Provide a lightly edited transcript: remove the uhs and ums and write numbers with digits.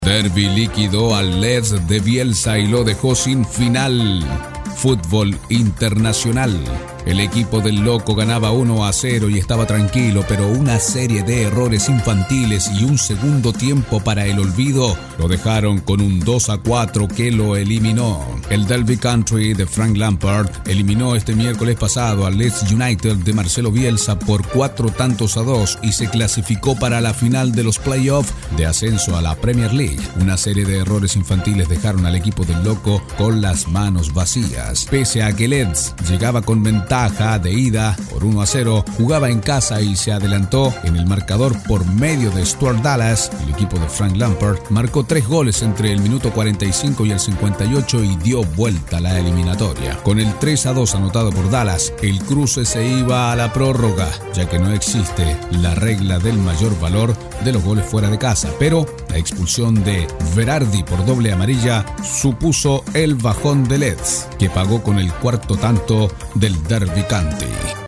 Derby liquidó al Leeds de Bielsa y lo dejó sin final. Fútbol internacional. El equipo del Loco ganaba 1-0 y estaba tranquilo, pero una serie de errores infantiles y un segundo tiempo para el olvido lo dejaron con un 2-4 que lo eliminó. El Derby County de Frank Lampard eliminó este miércoles pasado al Leeds United de Marcelo Bielsa por 4-2 y se clasificó para la final de los playoffs de ascenso a la Premier League. Una serie de errores infantiles dejaron al equipo del Loco con las manos vacías. Pese a que Leeds llegaba con ventaja de ida por 1-0, jugaba en casa y se adelantó en el marcador por medio de Stuart Dallas. El equipo de Frank Lampard marcó 3 goles entre el minuto 45 y el 58 y dio vuelta a la eliminatoria. Con el 3-2 anotado por Dallas, el cruce se iba a la prórroga, ya que no existe la regla del mayor valor de los goles fuera de casa, pero la expulsión de Berardi por doble amarilla supuso el bajón de Leeds, que pagó con el cuarto tanto del Derby County.